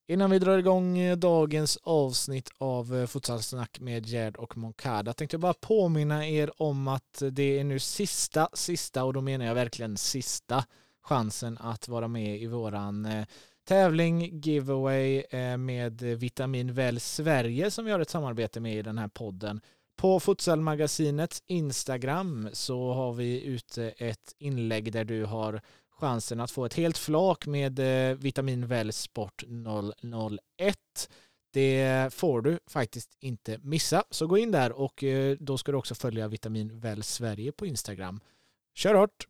Innan vi drar igång dagens avsnitt av Futsalsnack med Gerd och Moncada tänkte jag bara påminna er om att det är nu sista, och då menar jag verkligen sista chansen att vara med i våran tävling, giveaway med Vitamin Väl Sverige som vi har ett samarbete med i den här podden. På Futsalmagasinets Instagram så har vi ute ett inlägg där du har chansen att få ett helt flak med Vitamin Väl Sport 001. Det får du faktiskt inte missa. Så gå in där och då ska du också följa Vitamin Väl Sverige på Instagram. Kör hårt!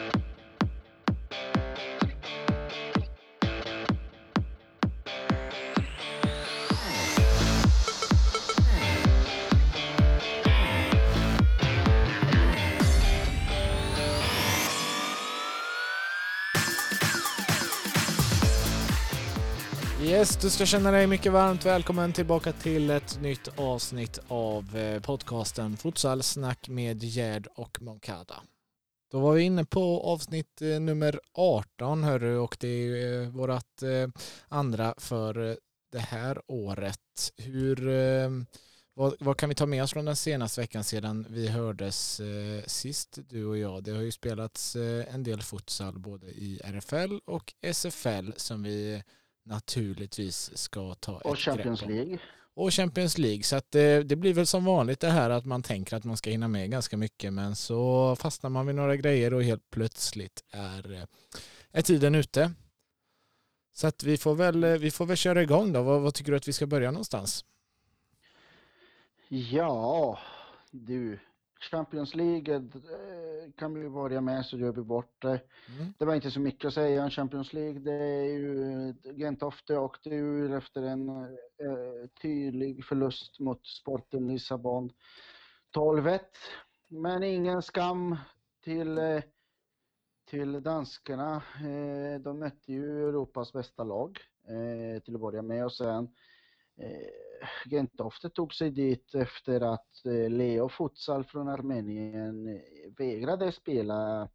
Yes, du ska känna dig mycket varmt välkommen tillbaka till ett nytt avsnitt av podcasten Futsalsnack med Gerd och Moncada. Då var vi inne på avsnitt nummer 18 hörru, och det är vårat andra för det här året. Vad kan vi ta med oss från den senaste veckan sedan vi hördes sist, du och jag? Det har ju spelats en del futsal både i RFL och SFL som vi naturligtvis ska ta och Champions League. Och Champions League. Så att det blir väl som vanligt det här att man tänker att man ska hinna med ganska mycket, men så fastnar man vid några grejer och helt plötsligt är tiden ute. Så att vi får väl köra igång då. Vad tycker du att vi ska börja någonstans? Ja, du. Champions League kan vi börja med, så gör vi bort det. Det var inte så mycket att säga om Champions League. Det är ju Gentofte åkte ur efter en tydlig förlust mot Sporten Lissabon 12-1. Men ingen skam till danskarna. De mötte ju Europas bästa lag till att börja med, och sen Gentofte tog sig dit efter att Leo Futsal från Armenien vägrade spela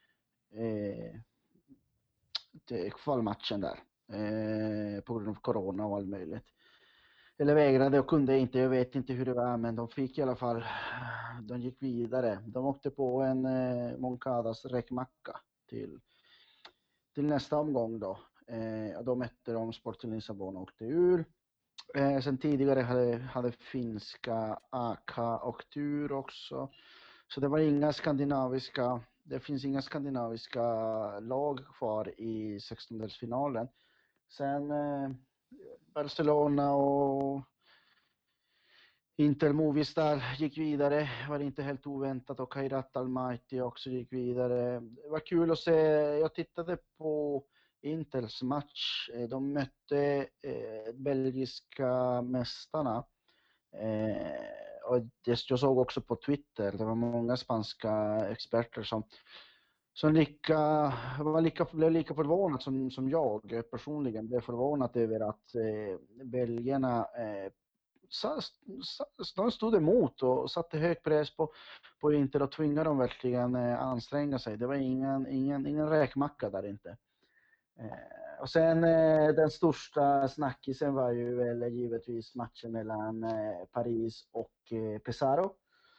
kvalmatchen där på grund av corona och allt möjligt. Eller vägrade och kunde inte, jag vet inte hur det var, men de fick i alla fall, de gick vidare. De åkte på en Moncadas räkmacka till nästa omgång då. Då mötte de Sporting Lissabon och åkte ur. Sen tidigare hade finska AK åkt ur också. Så det var det finns inga skandinaviska lag kvar i 16-delsfinalen. Sen Barcelona och Inter Movistar gick vidare. Var inte helt oväntat, och Kairat Almaty också gick vidare. Det var kul att se. Jag tittade på Inters match. De mötte belgiska mästarna. Och jag såg också på Twitter, det var många spanska experter som blev lika förvånad som jag personligen blev förvånad över att belgierna de stod emot och satte hög press på Inter och tvingade dem verkligen anstränga sig. Det var ingen räkmacka där inte. Och sen den största snackisen var ju väl givetvis matchen mellan Paris och Pesaro.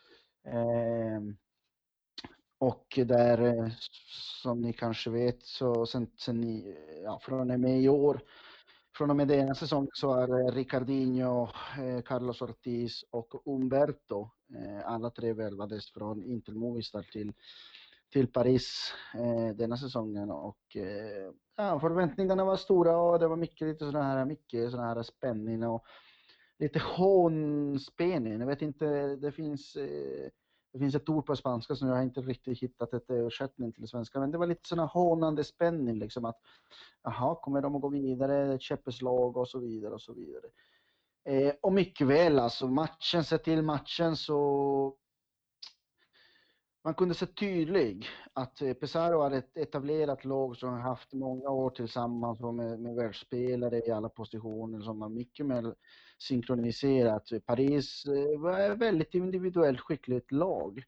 Och där, som ni kanske vet, så från och med i år, från och med denna säsong, så är Ricardinho, Carlos Ortiz och Umberto, alla tre värvades från Inter Movistar till Paris denna säsongen, och förväntningarna var stora och det var mycket såna här spänning och lite hånspänning. Jag vet inte, det finns ett ord på spanska som jag inte riktigt hittat ett översättning till svenska, men det var lite såna hånande spänning liksom, att kommer de att gå vidare, ett käppeslag och så vidare och så vidare. Och mycket väl, alltså matchen så man kunde se tydligt att Pesaro är ett etablerat lag som har haft många år tillsammans med världsspelare i alla positioner som var mycket mer synkroniserat. Paris var ett väldigt individuellt skickligt lag.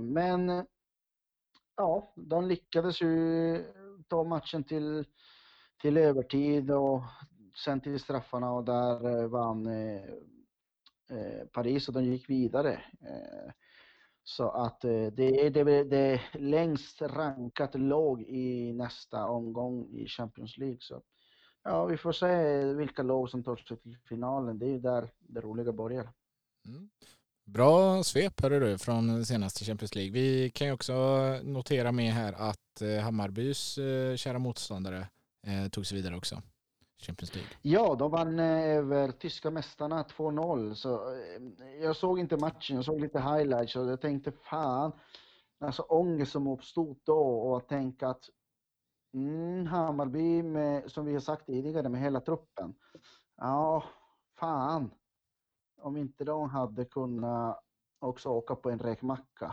Men ja, de lyckades ju ta matchen till till övertid och sen till straffarna, och där vann Paris och de gick vidare. Så att det är längst rankat lag i nästa omgång i Champions League. Så ja, vi får se vilka lag som tar sig till finalen. Det är ju där det roliga börjar. Mm. Bra svep hörde du från senaste Champions League. Vi kan ju också notera med här att Hammarbys kära motståndare tog sig vidare också. Champions League. Ja, de vann över tyska mästarna 2-0. Så jag såg inte matchen, jag såg lite highlights och jag tänkte fan, alltså ångest som uppstod då, och tänka att Hammarby med, som vi har sagt tidigare, med hela truppen. Ja, fan. Om inte de hade kunnat också åka på en räkmacka.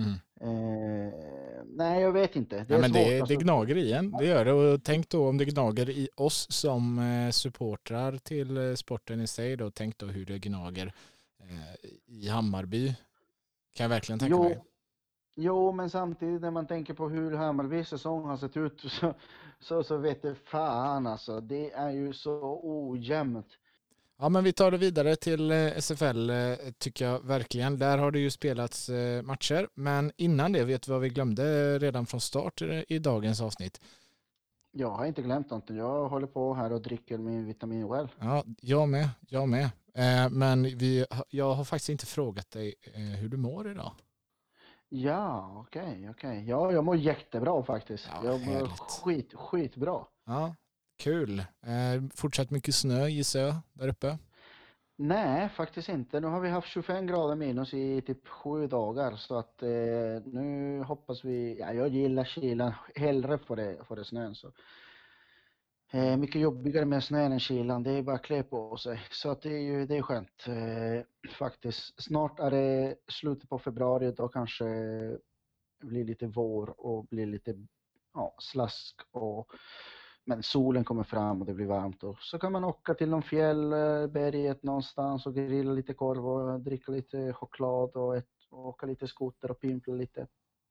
Nej, jag vet inte. Det är svårt. Det gnager i en, det gör det. Och tänk då om det gnager i oss som supportrar till sporten i sig. Då. Tänk då hur det gnager i Hammarby. Kan jag verkligen tänka mig. Jo, men samtidigt när man tänker på hur Hammarbys säsong har sett ut så vet det fan alltså. Det är ju så ojämnt. Ja, men vi tar det vidare till SFL tycker jag verkligen. Där har det ju spelats matcher. Men innan det, vet vi vad vi glömde redan från start i dagens avsnitt? Jag har inte glömt någonting. Jag håller på här och dricker min vitamin well. Ja, jag med. Men jag har faktiskt inte frågat dig hur du mår idag. Ja, okej. Ja, jag mår jättebra faktiskt. Ja, jag mår skitbra. Ja, kul. Fortsatt mycket snö gissar jag där uppe? Nej, faktiskt inte. Nu har vi haft 25 grader minus i typ 7 dagar. Så att nu hoppas vi... Ja, jag gillar kylan hellre för det snön. Så. Mycket jobbigare med snön än kylan. Det är bara att klä på sig. Så att det är skönt. Faktiskt. Snart är det slutet på februari. Då kanske blir lite vår och blir lite slask. Men solen kommer fram och det blir varmt. Och så kan man åka till någon fjällberget någonstans och grilla lite korv och dricka lite choklad och åka lite skoter och pimpla lite.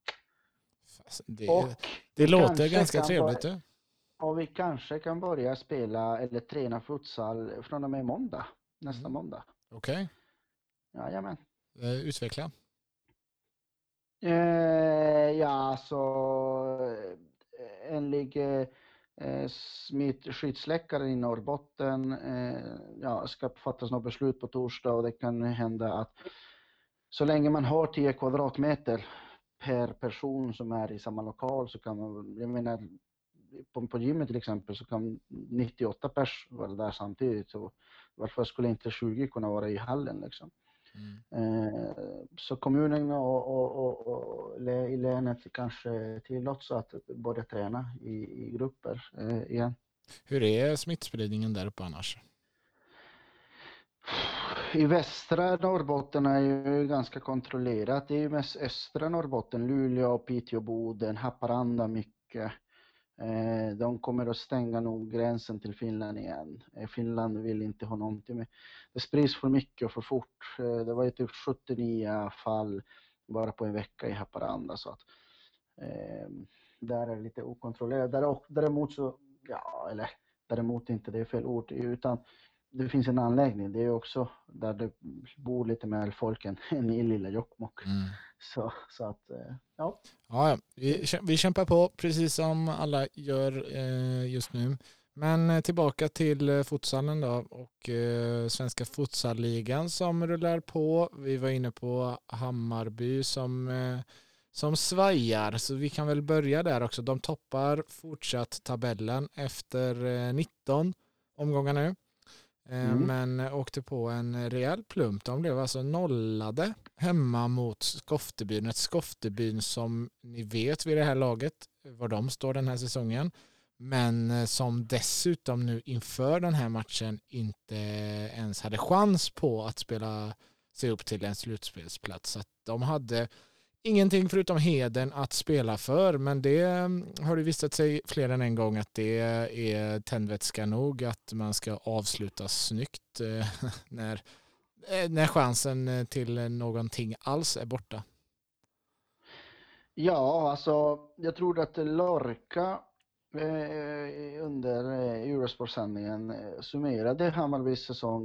Det låter ganska trevligt. Och vi kanske kan börja spela eller träna futsal från och med måndag. Nästa måndag. Okej. Jajamän. Utveckla. Ja, så enligt smittskyddsläkare i Norrbotten ska fattas något beslut på torsdag, och det kan hända att så länge man har 10 kvadratmeter per person som är i samma lokal så kan man, jag menar på gymmet till exempel så kan 98 pers vara där samtidigt, så varför skulle inte 20 kunna vara i hallen liksom. Så kommunen och i länet kanske tillåts att börja träna i grupper igen. Hur är smittspridningen där uppe annars? I västra Norrbotten är ju ganska kontrollerat. Det är ju mest östra Norrbotten, Luleå, Piteå, Boden, Haparanda mycket. De kommer att stänga nog gränsen till Finland igen. Finland vill inte ha någonting med. Det sprids för mycket och för fort. Det var ju typ 79 fall bara på en vecka i Haparanda, så att där är det lite okontrollerat. Däremot så, däremot inte, det är fel ord, utan det finns en anläggning. Det är också där det bor lite mer folk än i lilla Jokkmokk. Så att, ja. Ja, vi kämpar på precis som alla gör just nu. Men tillbaka till futsalen då och Svenska futsalligan som rullar på. Vi var inne på Hammarby som svajar, så vi kan väl börja där också. De toppar fortsatt tabellen efter 19 omgångar nu. Men åkte på en rejäl plump. De blev alltså nollade hemma mot Skoftebyn. Ett Skoftebyn som ni vet vid det här laget var de står den här säsongen. Men som dessutom nu inför den här matchen inte ens hade chans på att spela sig upp till en slutspelsplats. Så att de hade ingenting förutom heden att spela för, men det har det visat sig fler än en gång att det är tändvätska nog att man ska avsluta snyggt när chansen till någonting alls är borta. Ja, alltså jag tror att Lorca under Eurosport-sändningen summerade Hammarbys säsong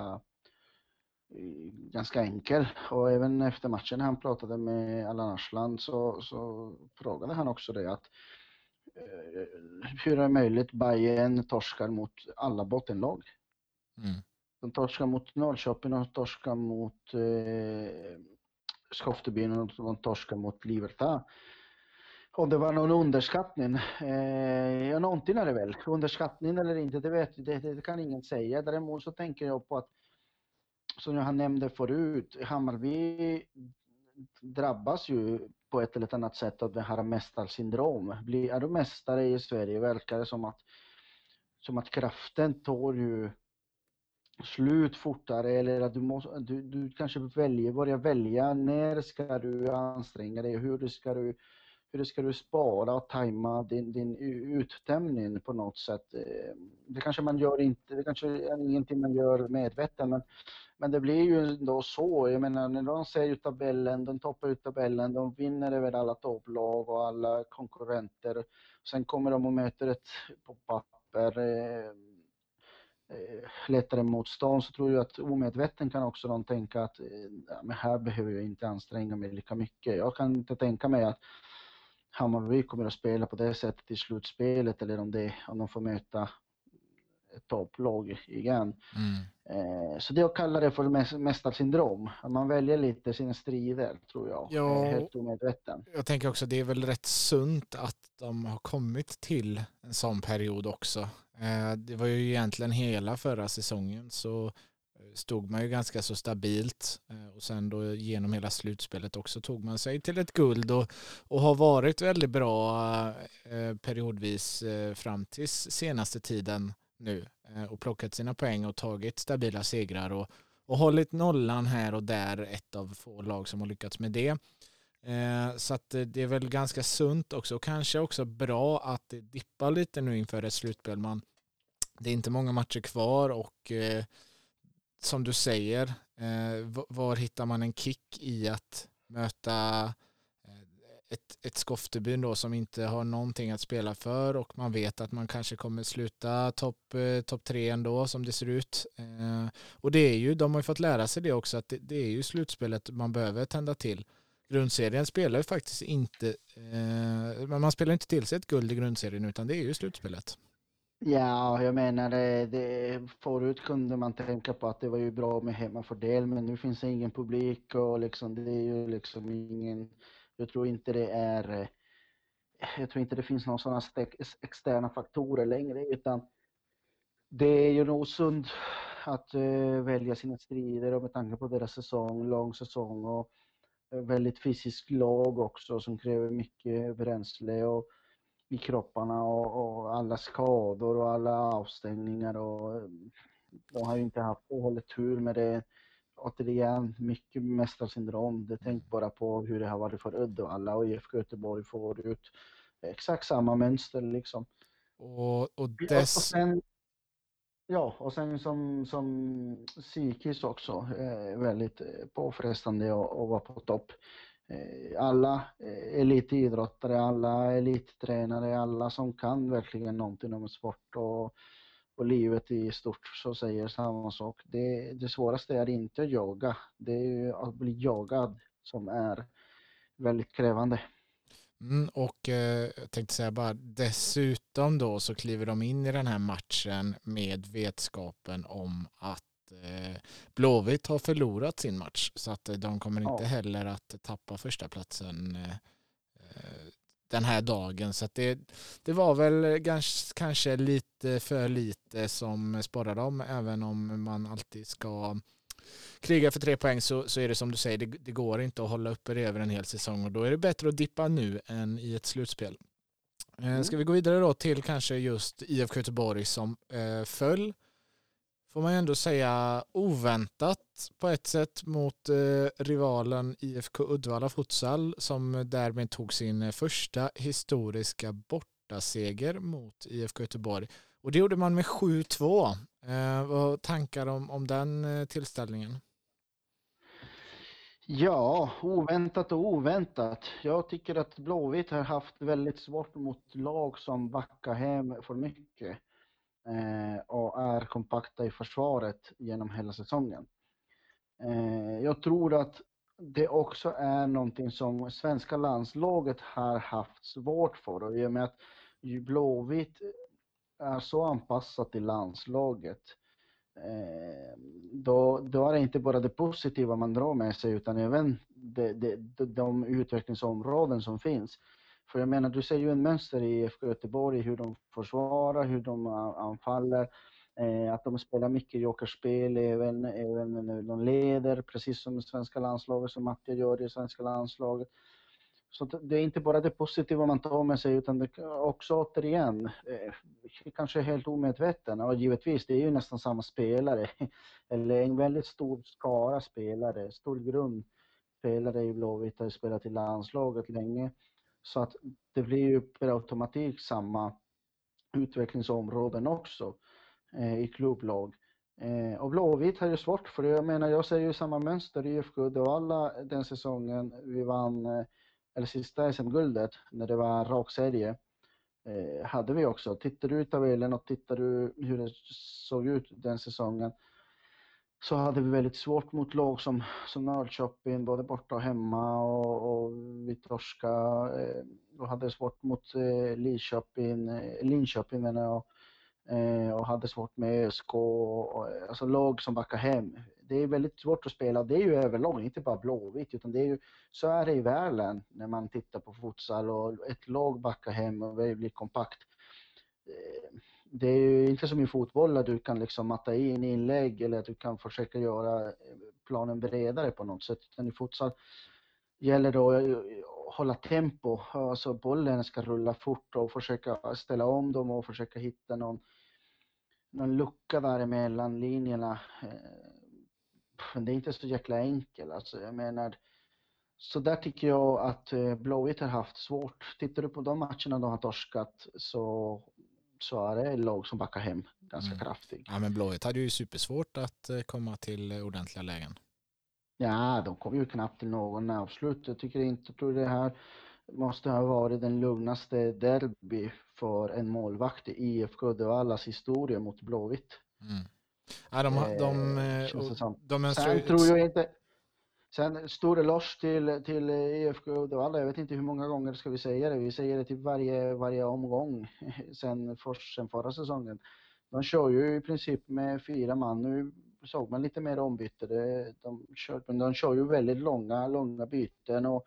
ganska enkel, och även efter matchen när han pratade med Allan Arslan så frågade han också det att hur är det möjligt Bayern torskar mot alla bottenlag. De torskar mot Norrköping och torskar mot Skoftebyn och de torskar mot Libertad. Och det var någon underskattning. Ja, någonting är det väl. Underskattning eller inte, det kan ingen säga. Däremot så tänker jag på att, som jag nämnde förut, Hammarby drabbas ju på ett eller annat sätt av det här mästarsyndrom. Är du mästare i Sverige verkar det som att kraften tar ju slut fortare, eller att du kanske börjar välja när ska du anstränga dig, hur ska du spara och tajma din uttömning på något sätt. Det kanske man gör inte, det kanske är ingenting man gör medveten, men det blir ju ändå så. Jag menar, när de ser ut tabellen, de toppar ut tabellen, de vinner över alla topplag och alla konkurrenter. Sen kommer de och möter ett på papper lättare motstånd, så tror jag att omedveten kan också de tänka att men här behöver jag inte anstränga mig lika mycket. Jag kan inte tänka mig att Hammarby kommer att spela på det sättet i slutspelet, eller om de får möta ett topplag igen. Så det jag kallar det för mästarsyndrom. Att man väljer lite sina strider, tror jag. Ja, helt omedveten. Jag tänker också det är väl rätt sunt att de har kommit till en sån period också. Det var ju egentligen hela förra säsongen så stod man ju ganska så stabilt, och sen då genom hela slutspelet också tog man sig till ett guld och har varit väldigt bra periodvis fram till senaste tiden nu, och plockat sina poäng och tagit stabila segrar och hållit nollan här och där, ett av få lag som har lyckats med det. Så att det är väl ganska sunt också, och kanske också bra att det dippar lite nu inför ett slutspel. Det är inte många matcher kvar, och som du säger, var hittar man en kick i att möta ett Skoftebyn då som inte har någonting att spela för, och man vet att man kanske kommer sluta topp 3 ändå som det ser ut. Och det är ju, de har ju fått lära sig det också, att det är ju slutspelet man behöver tända till. Grundserien spelar ju faktiskt inte, men man spelar inte till sig ett guld i grundserien, utan det är ju slutspelet. Ja, jag menar förut kunde man tänka på att det var ju bra med hemmafördel, men nu finns det ingen publik och liksom, det är ju liksom ingen, jag tror inte det finns några sådana externa faktorer längre, utan det är ju nog sunt att välja sina strider, och med tanke på deras lång säsong och väldigt fysisk lag också som kräver mycket bränsle och i kropparna och alla skador och alla avstängningar, och de har ju inte haft hållit tur med det. Återigen, mycket mästarsyndrom. Det tänk bara på hur det har varit för Uddevalla och IFK Göteborg förut. Exakt samma mönster liksom. Och sen som psykiskt också väldigt påfrestande att vara på topp. Alla elitidrottare, alla elittränare, alla som kan verkligen någonting om sport och livet i stort, så säger samma sak. Det svåraste är inte att jaga, det är ju att bli jagad som är väldigt krävande. Och jag tänkte säga bara, dessutom då så kliver de in i den här matchen med vetskapen om att Blåvitt har förlorat sin match, så att de kommer inte heller att tappa första platsen den här dagen. Så att det var väl kanske lite för lite som sporrar dem, även om man alltid ska kriga för 3 poäng, så är det som du säger, det går inte att hålla uppe det över en hel säsong, och då är det bättre att dippa nu än i ett slutspel. Ska vi gå vidare då till kanske just IFK Göteborg som föll, får man ju ändå säga oväntat på ett sätt, mot rivalen IFK Uddevalla Futsal, som därmed tog sin första historiska bortaseger mot IFK Göteborg. Och det gjorde man med 7-2. Vad tankar om den tillställningen? Ja, oväntat och oväntat. Jag tycker att Blåvitt har haft väldigt svårt mot lag som backar hem för mycket och är kompakta i försvaret genom hela säsongen. Jag tror att det också är någonting som svenska landslaget har haft svårt för, och i och med att Blåvitt är så anpassat till landslaget, då är det inte bara det positiva man drar med sig, utan även de utvecklingsområden som finns. För jag menar, du ser ju en mönster i IFK Göteborg, hur de försvarar, hur de anfaller, att de spelar mycket jokerspel även när de leder, precis som det svenska landslaget, som Matti gör i svenska landslaget. Så det är inte bara det positiva man tar med sig, utan det också återigen, kanske helt omedveten, och givetvis det är ju nästan samma spelare, eller en väldigt stor skara spelare, stor grund spelare i Blåvitt har spelat i landslaget länge, så att det blir ju per automatik samma utvecklingsområden också i klubblag. Och Blåvitt har ju svårt, för jag menar, jag ser ju samma mönster i IFK Uddevalla den säsongen vi vann, eller sista SM-guldet, när det var en rak serie, hade vi också. Tittar du i tabellen och tittar du hur det såg ut den säsongen, så hade vi väldigt svårt mot lag som Norrköping, både borta och hemma, och vi torskade, och hade svårt mot Linköping menar jag, och hade svårt med ÖSK, alltså lag som backar hem. Det är väldigt svårt att spela, det är ju överlag, inte bara Blåvitt, utan det är ju, så är det i världen när man tittar på futsal, och ett lag backar hem och blir kompakt. Det är ju inte som i fotboll att du kan liksom matta in inlägg, eller att du kan försöka göra planen bredare på något sätt, utan i futsal gäller det att hålla tempo, alltså bollen ska rulla fort, och försöka ställa om dem och försöka hitta någon lucka däremellan linjerna. Men det är inte så jäkla enkelt, alltså jag menar, så där tycker jag att Blåvitt har haft svårt. Tittar du på de matcherna de har torskat, så är det lag som backar hem ganska kraftigt. Ja, men Blåvitt hade ju supersvårt att komma till ordentliga lägen. Ja, de kom ju knappt till någon avslut. Jag tror det här måste ha varit den lugnaste derby för en målvakt i IFK Uddevallas historia mot Blåvitt. Ja, de mönstrar Sen ut. tror jag inte. Sen stor eloge till IFK Uddevalla. Jag vet inte hur många gånger ska vi säga det. Vi säger det till varje omgång sen förra säsongen. De kör ju i princip med 4 man. Nu såg man lite mer ombyte. De kör ju väldigt långa byten, och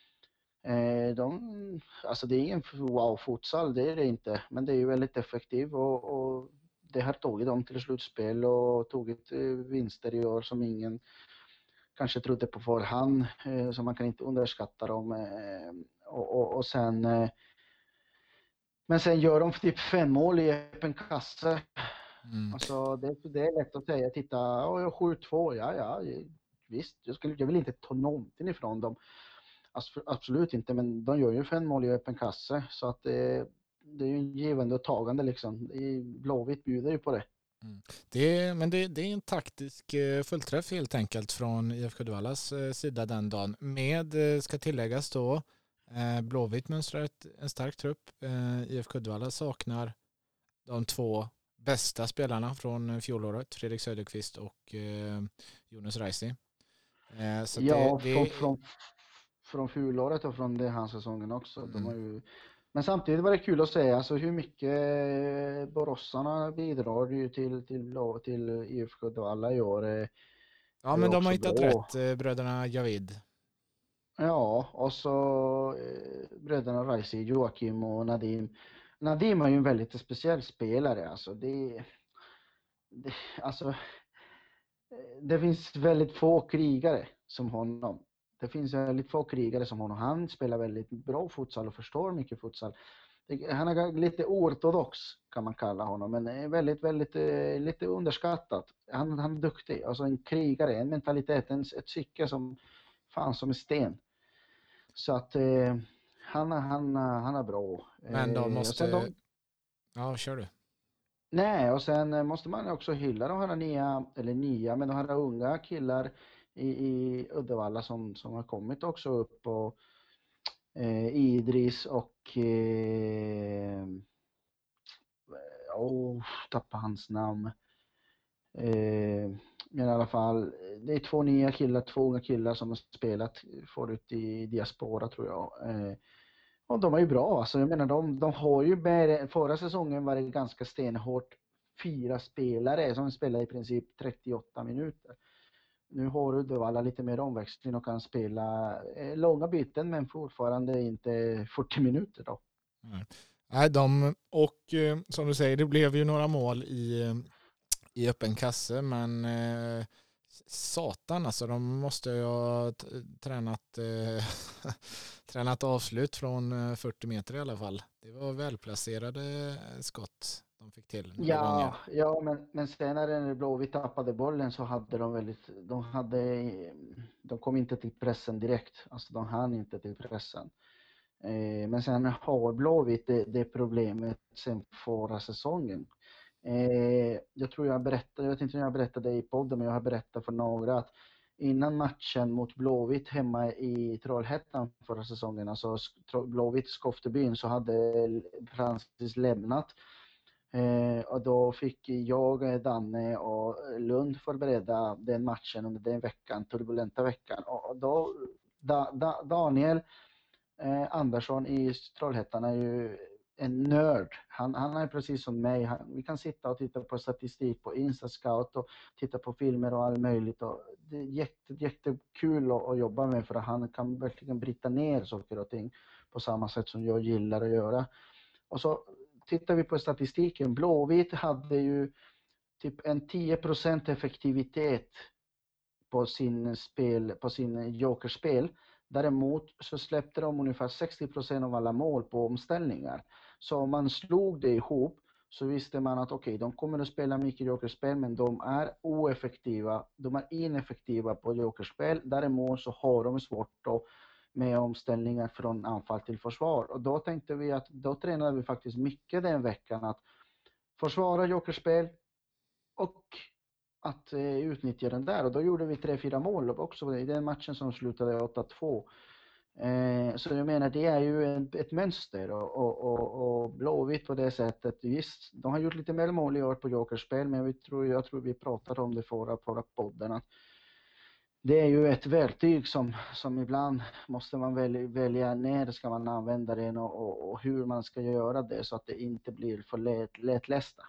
alltså det är ingen wow-futsal, det är det inte. Men det är ju väldigt effektivt, och det har tagit dem till slutspel och tagit vinster i år som ingen kanske trodde på förhand, så man kan inte underskatta dem. Och sen, men sen gör de typ 5 mål i öppen kasse. Alltså det är lätt att säga, titta, 7-2, ja, visst, jag vill inte ta någonting ifrån dem. Alltså, absolut inte, men de gör ju 5 mål i öppen kasse, så att det är ju en givande och tagande liksom. Blåvitt bjuder ju på det. Det är en taktisk fullträff helt enkelt från IFK Uddevallas sida den dagen. Med, ska tilläggas då, Blåvitt mönstrar en stark trupp. IFK Uddevalla saknar de 2 bästa spelarna från fjolåret, Fredrik Söderqvist och Jonas Reisi. Så ja, från fjolåret och från det här säsongen också. De har ju, men samtidigt var det kul att se alltså hur mycket boråsarna bidrar ju till IFK Uddevalla i år. Ja, men de har hittat rätt, bröderna Javid. Ja, och så bröderna Reisi, Joakim och Nadim. Nadim är ju en väldigt speciell spelare. Alltså det finns väldigt få krigare som honom. Han spelar väldigt bra futsal och förstår mycket futsal. Han är lite ortodox kan man kalla honom, men väldigt, väldigt lite underskattad. Han är duktig, alltså en krigare, en mentalitet, ett psyke som en sten. Så att han är bra. Men de måste... Ja, kör du. Nej, och sen måste man också hylla de här men de här unga killar i Uddevalla som har kommit också upp, och Idris och tappa hans namn. Men i alla fall, det är två unga killar som har spelat förut i Diaspora, tror jag. Och de är ju bra, alltså jag menar de har ju förra säsongen var det ganska stenhårt 4 spelare som spelar i princip 38 minuter. Nu har Uddevalla lite mer omväxling och kan spela långa byten, men fortfarande inte 40 minuter då. Nej, som du säger, det blev ju några mål i öppen kasse, men satan alltså, de måste ju ha tränat avslut från 40 meter i alla fall. Det var välplacerade skott de fick till några gånger. Ja, men senare när Blåvitt tappade bollen så hade de kom inte till pressen direkt, alltså de hann inte till pressen. Men sen har Blåvitt det problemet sen förra säsongen. Jag tror jag vet inte om jag berättade i podden, men jag har berättat för några att innan matchen mot Blåvitt hemma i Trollhättan förra säsongen, alltså Blåvitt Skoftebyn, så hade Francis lämnat. Och då fick jag, Danne och Lund förbereda den matchen under den veckan, turbulenta veckan. Och då Daniel Andersson i Trollhättan är ju en nörd. Han är precis som mig. Vi kan sitta och titta på statistik på Instascout och titta på filmer och allt möjligt. Och det är jättekul att jobba med, för att han kan verkligen bryta ner saker och ting på samma sätt som jag gillar att göra. Och så tittar vi på statistiken. Blåvitt hade ju typ en 10% effektivitet på sin jokerspel. Däremot så släppte de ungefär 60% av alla mål på omställningar. Så om man slog det ihop så visste man att okej, de kommer att spela mycket jokerspel, men de är ineffektiva på jokerspel. Däremot så har de svårt med omställningar från anfall till försvar. Och då tänkte vi att då tränade vi faktiskt mycket den veckan att försvara jokerspel och att utnyttja den där. Och då gjorde vi 3-4 mål också i den matchen som slutade 8-2. Så jag menar, det är ju ett mönster, och Blåvitt på det sättet, visst, de har gjort lite mer mål i år på jokerspel, men jag tror vi pratade om det förra podden, att det är ju ett verktyg som ibland måste man välja när ska man använda den och hur man ska göra det så att det inte blir för lättlästa.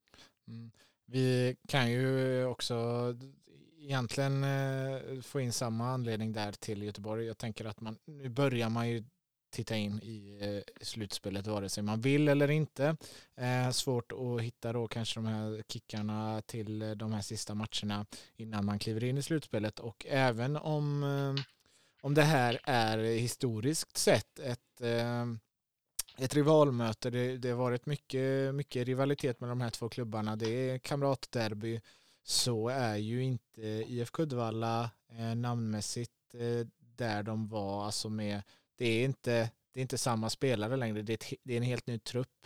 Vi kan ju också egentligen få in samma anledning där till Göteborg. Jag tänker att nu börjar man ju titta in i slutspelet vare sig man vill eller inte. Svårt att hitta då kanske de här kickarna till de här sista matcherna innan man kliver in i slutspelet. Och även om det här är historiskt sett ett rivalmöte, det har varit mycket rivalitet med de här två klubbarna. Det är kamratderby, så är ju inte IFK Uddevalla namnmässigt där de var, alltså med. Det är inte samma spelare längre. Det är en helt ny trupp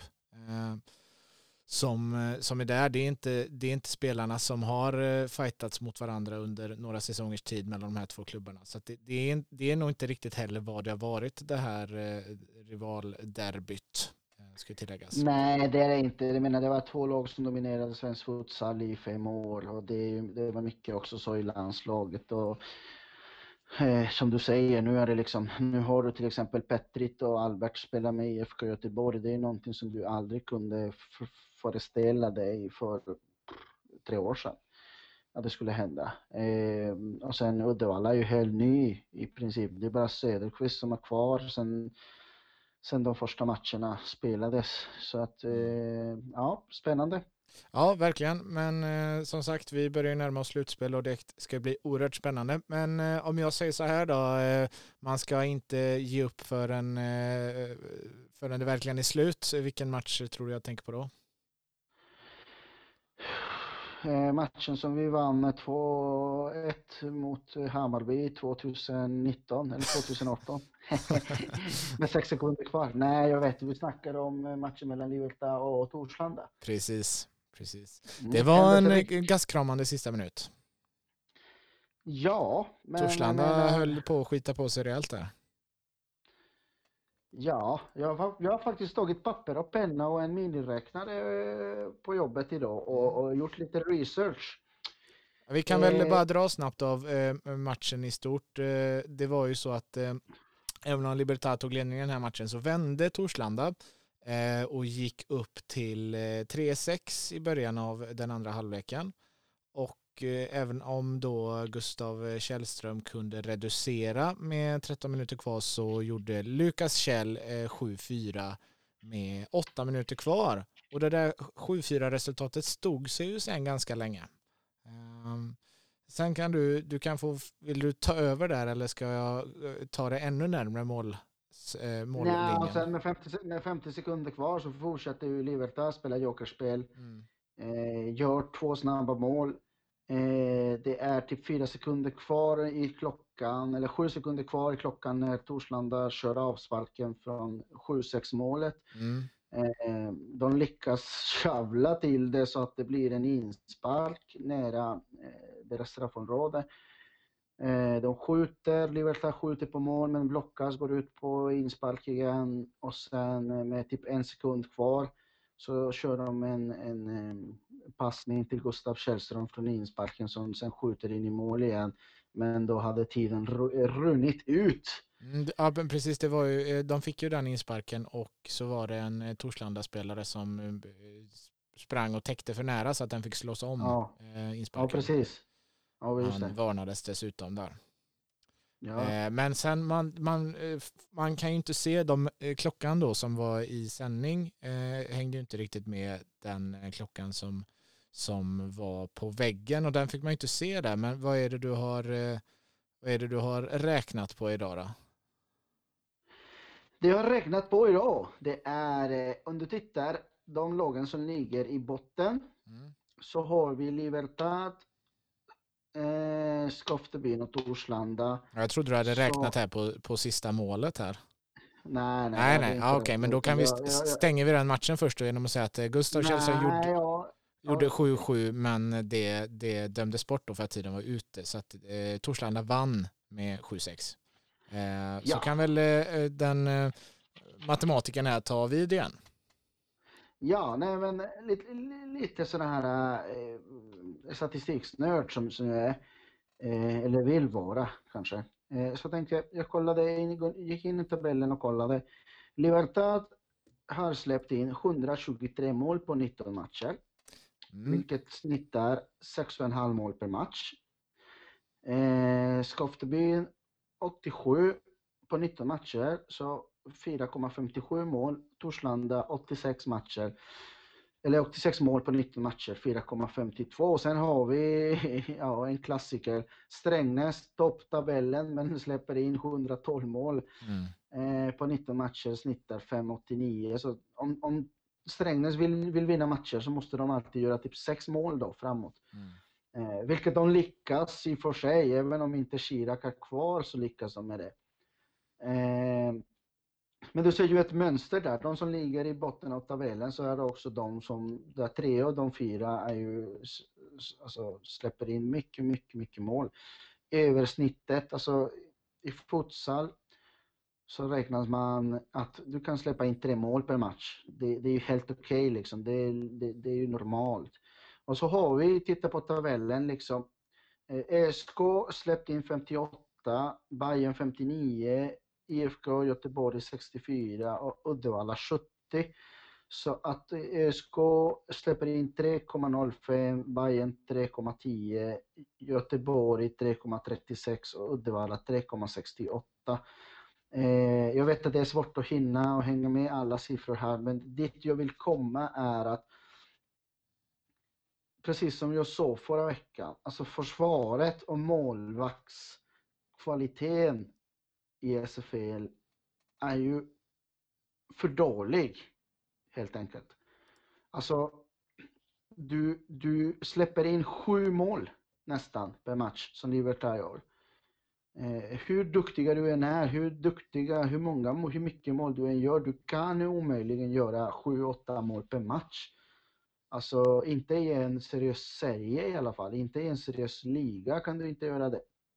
som är där. Det är inte spelarna som har fightats mot varandra under några säsongers tid mellan de här två klubbarna. Så att det är nog inte riktigt heller vad det har varit, det här rivalderbyt, ska tilläggas. Nej, det är det inte. Jag menar, det var 2 lag som dominerade svensk futsal i 5 år, och det var mycket också så i landslaget. Och som du säger, nu har du till exempel Petrit och Albert spelar med IFK Göteborg. Det är någonting som du aldrig kunde föreställa dig för 3 år sedan att det skulle hända. Och sen Uddevalla är ju helt ny i princip. Det är bara Söderqvist som är kvar sen de första matcherna spelades. Så att ja, spännande. Ja, verkligen. Men som sagt, vi börjar närma oss slutspel och det ska bli oerhört spännande. Men om jag säger så här då, man ska inte ge upp förrän det verkligen är slut. Vilken match tror du jag tänker på då? Matchen som vi vann 2-1 mot Hammarby 2019 eller 2018 med 6 sekunder kvar. Nej, jag vet, vi snackar om matchen mellan Liverta och Torslanda. Precis. Det var en gaskramande sista minut. Ja, men jag Torslanda menar, höll på att skita på sig rejält där. ja, jag har faktiskt tagit papper och penna och en miniräknare på jobbet idag och gjort lite research. Vi kan väl Eh, bara dra snabbt av matchen i stort. Det var ju så att även om Libertad tog ledningen i den här matchen så vände Torslanda och gick upp till 3-6 i början av den andra halvleken. Och även om då Gustav Källström kunde reducera med 13 minuter kvar så gjorde Lukas Käll 7-4 med 8 minuter kvar. Och det där 7-4 resultatet stod sig ju sen ganska länge. Sen kan du kan få, vill du ta över där eller ska jag ta det ännu närmare mållinjen? nej, och sen med 50 sekunder kvar så fortsätter ju Libertad spela jokerspel. Gör 2 snabba mål. Det är typ 4 sekunder kvar i klockan, eller 7 sekunder kvar i klockan när Torslanda kör avsparken från 7-6 målet. De lyckas shavla till det så att det blir en inspark nära deras straffområde. De skjuter, Libertad skjuter på mål men blockas, går ut på inspark igen och sen med typ 1 sekund kvar så kör de en passning till Gustav Källström från insparken som sen skjuter in i mål igen. Men då hade tiden runnit ut. Ja, precis. Det var ju, de fick ju den insparken och så var det en Torslanda-spelare som sprang och täckte för nära så att den fick slås om insparken. Ja, precis. Ja, just Han det. varnades dessutom där. Ja. Men sen man kan ju inte se klockan då som var i sändning hängde ju inte riktigt med den klockan som var på väggen och den fick man ju inte se där. Men vad är det du har räknat på idag då? Det jag har räknat på idag, det är om du tittar de lagen som ligger i botten så har vi Libertad, Skoftebyn och Torslanda. Jag trodde du hade räknat här på sista målet här. Nej. Okej, men då kan stänger vi den matchen först då genom att säga att Gustav Källström gjorde 7-7 men det dömdes bort då för att tiden var ute så att Torslanda vann med 7-6. Så kan väl den matematiken här ta vid igen. Ja, nej men lite sådana här statistiksnörd som jag är, eller vill vara kanske. Så tänkte jag gick in i tabellen och kollade. Libertad har släppt in 123 mål på 19 matcher. Vilket snittar 6,5 mål per match. Skoftebyn 87 på 19 matcher, så 4,57 mål. Torslanda 86 matcher. Eller 86 mål på 19 matcher, 4,52. Sen har vi en klassiker. Strängnäs, topptabellen, men släpper in 112 mål på 19 matcher, snittar 5,89. Så om Strängnäs vill vinna matcher så måste de alltid göra typ 6 mål då framåt. Vilket de lyckas i för sig, även om inte Chirac är kvar så lyckas de med det. Men du ser ju ett mönster där. De som ligger i botten av tabellen så är det också de som, där 3 och de 4 är ju, alltså, släpper in mycket mål. Översnittet, alltså i futsal så räknas man att du kan släppa in 3 mål per match. Det är ju helt okej liksom. Det är ju normalt. Och så har vi, titta på tabellen liksom. ÖSK släppte in 58, Bayern 59, IFK Göteborg 64 och Uddevalla 70. Så att ÖSK släpper in 3,05, Bayern 3,10, Göteborg 3,36 och Uddevalla 3,68. Jag vet att det är svårt att hinna och hänga med alla siffror här, men det jag vill komma är att precis som jag sa förra veckan, alltså försvaret och målvaktskvaliteten i SFL är ju för dålig helt enkelt. Alltså du släpper in 7 mål nästan per match som Libertad gör. Hur duktiga du än är, hur mycket mål du än gör, du kan omöjligen göra 7-8 mål per match. Alltså inte i en seriös serie i alla fall, inte i en seriös liga kan du inte göra det.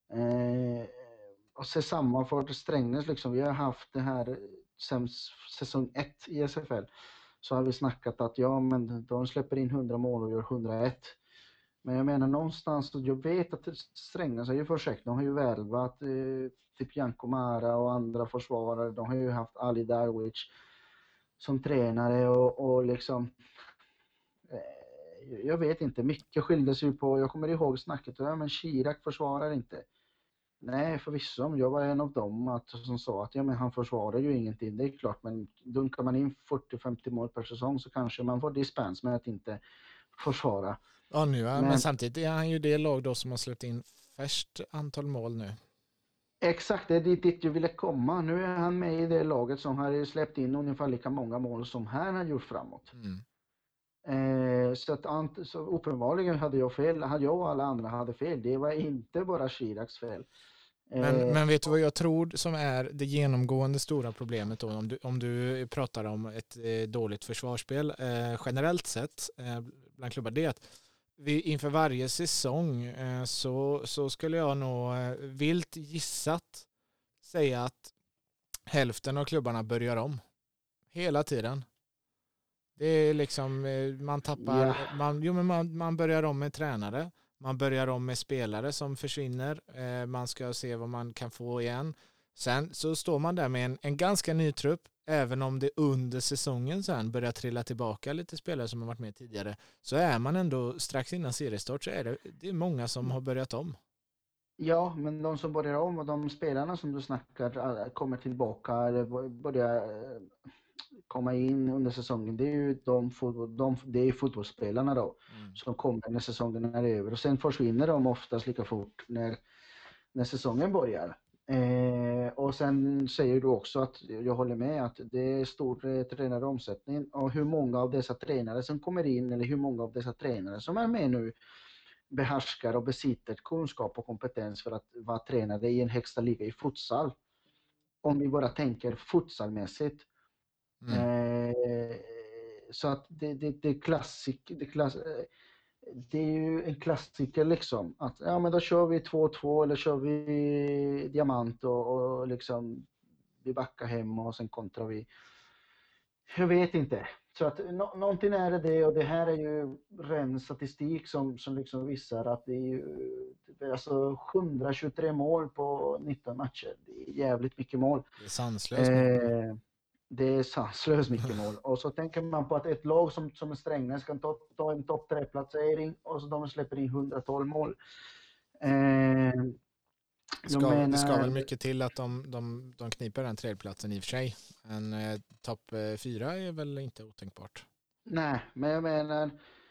Och så samma för Strängnäs liksom. Vi har haft det här sen säsong 1 i SFL. Så har vi snackat att ja, men de släpper in 100 mål och gör 101. Men jag menar någonstans, jag vet att Strängnäs har ju försökt, de har ju värvat typ Janko Mara och andra försvarare, de har ju haft Ali Darwich som tränare och liksom jag vet inte, mycket skildes ju på, jag kommer ihåg snacket, ja men Chirac försvarar inte. Nej, förvisso, jag var en av dem som sa att ja, men han försvarar ju ingenting, det är klart, men dunkar man in 40-50 mål per säsong så kanske man får dispens med att inte försvara. Ja, nu, men samtidigt är han ju det lag då som har släppt in färst antal mål nu. Exakt, det är dit jag ville komma. Nu är han med i det laget som har släppt in ungefär lika många mål som han har gjort framåt. Så uppenbarligen hade jag fel. Jag och alla andra hade fel. Det var inte bara Chiracs fel. Men vet du vad jag tror som är det genomgående stora problemet då, om du pratar om ett dåligt försvarsspel generellt sett bland klubbar, det är att inför varje säsong så skulle jag nog vilt gissat säga att hälften av klubbarna börjar om hela tiden. Det är liksom man tappar man börjar om med tränare, man börjar om med spelare som försvinner, man ska se vad man kan få igen. Sen så står man där med en ganska ny trupp, även om det under säsongen sen börjar trilla tillbaka lite spelare som har varit med tidigare, så är man ändå strax innan seriestart så är det är många som har börjat om. Ja, men de som börjar om och de spelarna som du snackar kommer tillbaka eller börjar komma in under säsongen, det är ju det är fotbollsspelarna då som kommer när säsongen är över, och sen försvinner de oftast lika fort när säsongen börjar. Och sen säger du också att jag håller med att det är stor tränaromsättning, och hur många av dessa tränare som kommer in eller hur många av dessa tränare som är med nu behärskar och besitter kunskap och kompetens för att vara tränare i en högsta liga i futsal. Om vi bara tänker futsalmässigt. Så att det är ju en klassiker liksom, att ja men då kör vi 2-2 eller kör vi diamant och liksom vi backar hem och sen kontrar vi. Jag vet inte. Så att någonting är det, och det här är ju ren statistik som liksom visar att det är ju alltså 123 mål på 19 matcher. Det är jävligt mycket mål. Det är sanslöst mycket. Det är sanslöst mycket mål. Och så tänker man på att ett lag som Strängnäs kan ta en topp 3-placering och så de släpper in 112 mål. Det ska väl mycket till att de kniper den tredjeplatsen i och för sig. En topp 4 är väl inte otänkbart. Nej, men jag menar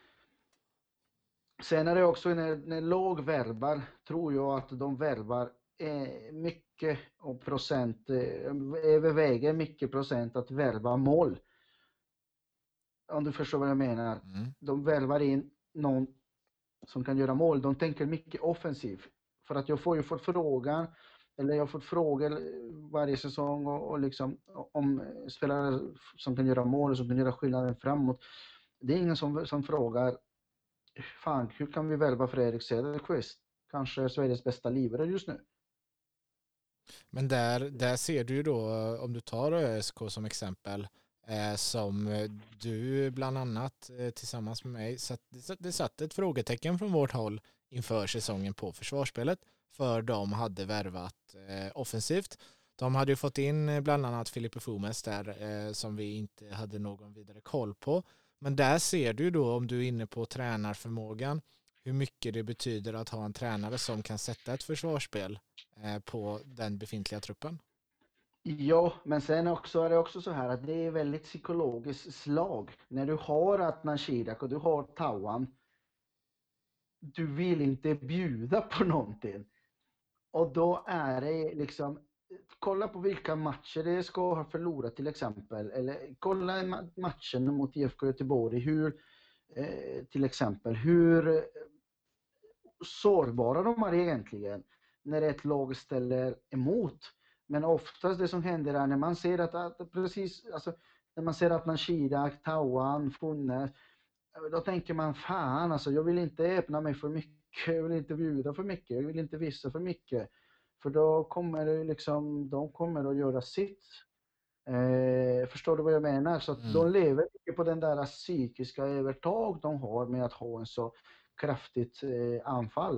sen är det också när lag värvar, tror jag att de värvar mycket och procent överväger mycket procent att värva mål. Om du förstår vad jag menar. De värvar in någon som kan göra mål. De tänker mycket offensivt. För att jag får frågan, eller jag får frågor varje säsong och liksom om spelare som kan göra mål och som kan göra skillnaden framåt. Det är ingen som frågar, fan, hur kan vi värva Fredrik Cederqvist? Kanske Sveriges bästa livare just nu. Men där ser du ju då, om du tar ÖSK som exempel, som du bland annat tillsammans med mig, det satt ett frågetecken från vårt håll inför säsongen på försvarsspelet, för de hade värvat offensivt. De hade ju fått in bland annat Filipe Fumes där som vi inte hade någon vidare koll på. Men där ser du då, om du är inne på tränarförmågan, hur mycket det betyder att ha en tränare som kan sätta ett försvarsspel på den befintliga truppen. Ja, men sen också är det också så här att det är väldigt psykologiskt slag. När du har Adnan Chirac och du har Tawan, du vill inte bjuda på någonting. Och då är det liksom, kolla på vilka matcher det ska ha förlorat till exempel. Eller kolla matchen mot IFK Göteborg, till exempel, hur sårbara de är egentligen när ett lag ställer emot. Men oftast det som händer är när man ser att precis, alltså när man ser att man Chirac, Tawan, Funnes, då tänker man fan alltså, jag vill inte öppna mig för mycket, jag vill inte bjuda för mycket, jag vill inte visa för mycket. För då kommer det liksom, de kommer att göra sitt. Förstår du vad jag menar? Så att de lever mycket på den där psykiska övertag de har med att ha en så kraftigt anfall.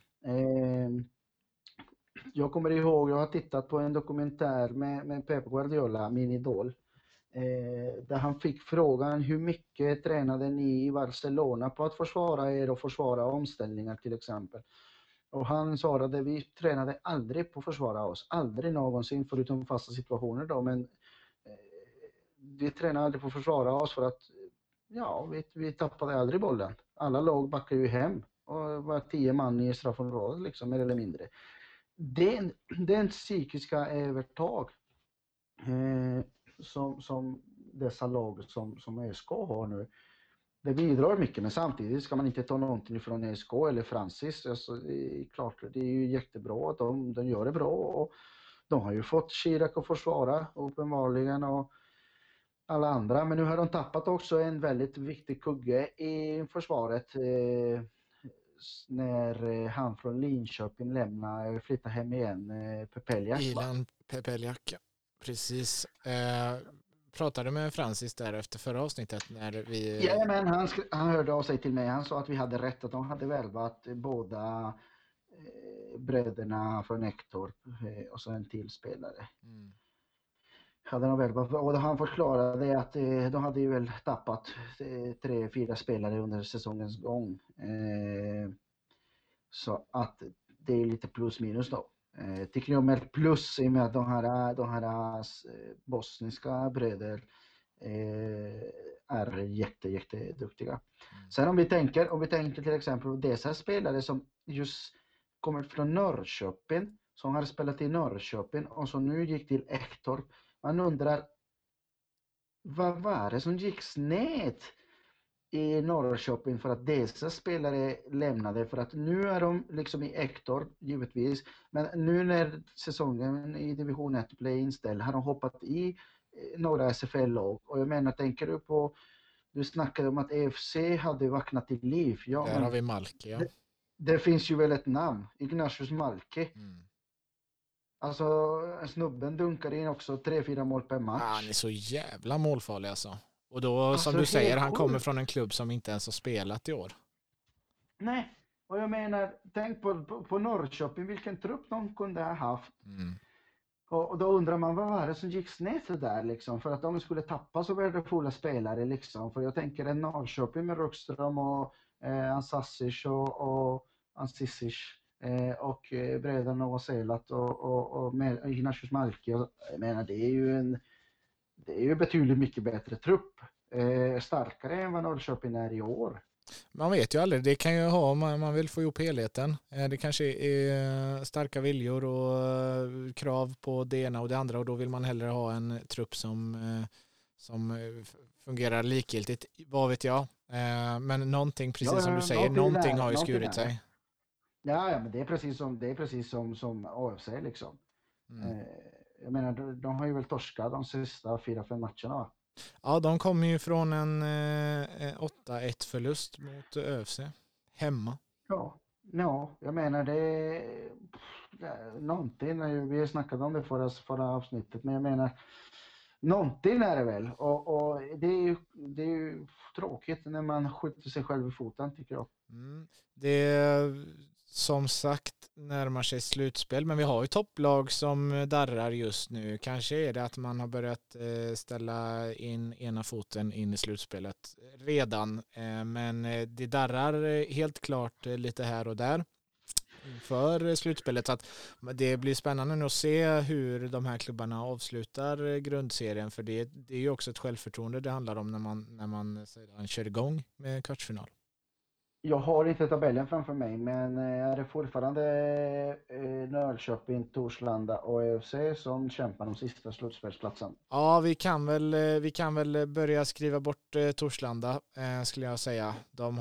Jag kommer ihåg, jag har tittat på en dokumentär med Pep Guardiola, min idol. Där han fick frågan, hur mycket tränade ni i Barcelona på att försvara er och försvara omställningar till exempel? Och han svarade, vi tränade aldrig på att försvara oss, aldrig någonsin förutom fasta situationer då, men vi tränade aldrig på att försvara oss för att vi tappade aldrig bollen. Alla lag backade ju hem och var 10 man i straffområdet liksom, mer eller mindre. Det är en psykiska övertag som dessa lag som ÖSK har nu. Det bidrar mycket, men samtidigt ska man inte ta någonting från ÖSK eller Francis. Alltså, det är klart, det är ju jättebra att de gör det bra, och de har ju fått Chirac att försvara uppenbarligen och alla andra, men nu har de tappat också en väldigt viktig kugge i försvaret när han från Linköping flyttar hem igen, Pepeljak. Ilan Pepeljak, precis. Pratade med Francis där efter förra avsnittet när vi... Ja, men han hörde av sig till mig. Han sa att vi hade rätt, att de hade värvat båda bröderna från Ektorp och så en till spelare. Hade de värvat, och han förklarade att de hade ju väl tappat 3-4 spelare under säsongens gång. Så att det är lite plus minus då. Tycker jag med plus i och med att de här bosniska bröder är jätteduktiga. Sen om vi tänker till exempel på dessa spelare som just kommer från Norrköping, som har spelat i Norrköping och som nu gick till Ektorp. Man undrar, vad var det som gick snett i Norrköping för att dessa spelare lämnade? För att nu är de liksom i Ektorp givetvis, men nu när säsongen i division 1 blev inställd har de hoppat i några SFL-lag. Och jag menar, tänker du på, du snackade om att EFC hade vaknat till liv. Ja, där har vi Malki, ja. Det finns ju väl ett namn, Ignatius Malki. Alltså, snubben dunkar in också 3-4 mål per match. Han är så jävla målfarlig alltså. Och då, som du säger, han kommer från en klubb som inte ens har spelat i år. Nej, och jag menar, tänk på Norrköping, vilken trupp de kunde ha haft. Och då undrar man, vad var det som gick snett där liksom? För att de skulle tappa så värdefulla spelare liksom. För jag tänker en Norrköping med Röckström och Ansasic och Ansisic och Bredan och Selat och Ignatius Malki. Jag menar, det är ju betydligt mycket bättre trupp. Starkare än vad Norrköping är i år. Man vet ju aldrig, det kan ju ha, man vill få ihop helheten. Det kanske är starka viljor och krav på det ena och det andra, och då vill man hellre ha en trupp som fungerar likgiltigt, vad vet jag. Men någonting, precis som du säger, någonting har ju skurit sig. Ja, men det är precis som AFC liksom. Jag menar, de har ju väl torskat de sista 4-5 matcherna. Ja, de kommer ju från en 8-1 förlust mot ÖFC hemma. Ja, jag menar det är någonting, vi har snackat om det förra avsnittet, men jag menar någonting är det väl, och det är ju tråkigt när man skjuter sig själv i foten, tycker jag. Det som sagt närmar sig slutspel, men vi har ju topplag som darrar just nu. Kanske är det att man har börjat ställa in ena foten in i slutspelet redan, men det darrar helt klart lite här och där inför slutspelet, så att det blir spännande nu att se hur de här klubbarna avslutar grundserien, för det är ju också ett självförtroende det handlar om när man sedan kör igång med kvartsfinal. Jag har inte tabellen framför mig, men är det fortfarande Norrköping, Torslanda och ÖFC som kämpar om sista slutspelsplatsen? Ja, vi kan väl börja skriva bort Torslanda, skulle jag säga. De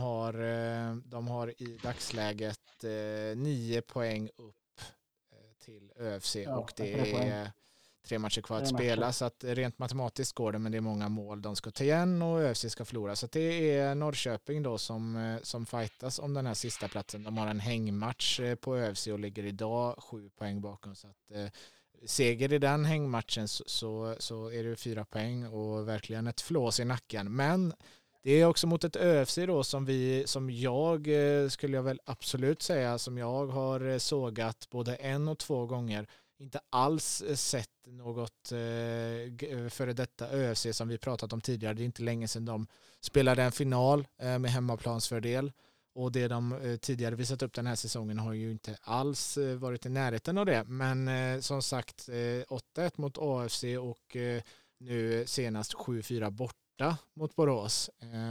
har i dagsläget 9 poäng upp till ÖFC, och det är 3 matcher kvar att 3 matcher. spela, så att rent matematiskt går det, men det är många mål de ska ta igen och ÖFC ska förlora. Så att det är Norrköping då som fightas om den här sista platsen. De har en hängmatch på ÖFC och ligger idag 7 poäng bakom, så att seger i den hängmatchen så är det 4 poäng och verkligen ett flås i nacken. Men det är också mot ett ÖFC då som jag skulle jag väl absolut säga, som jag har sågat både 1 och 2 gånger. Inte alls sett något före detta ÖFC som vi pratat om tidigare. Det är inte länge sedan de spelade en final med hemmaplansfördel. Och det de tidigare visat upp den här säsongen har ju inte alls varit i närheten av det. Men som sagt 8-1 mot AFC och nu senast 7-4 borta mot Borås.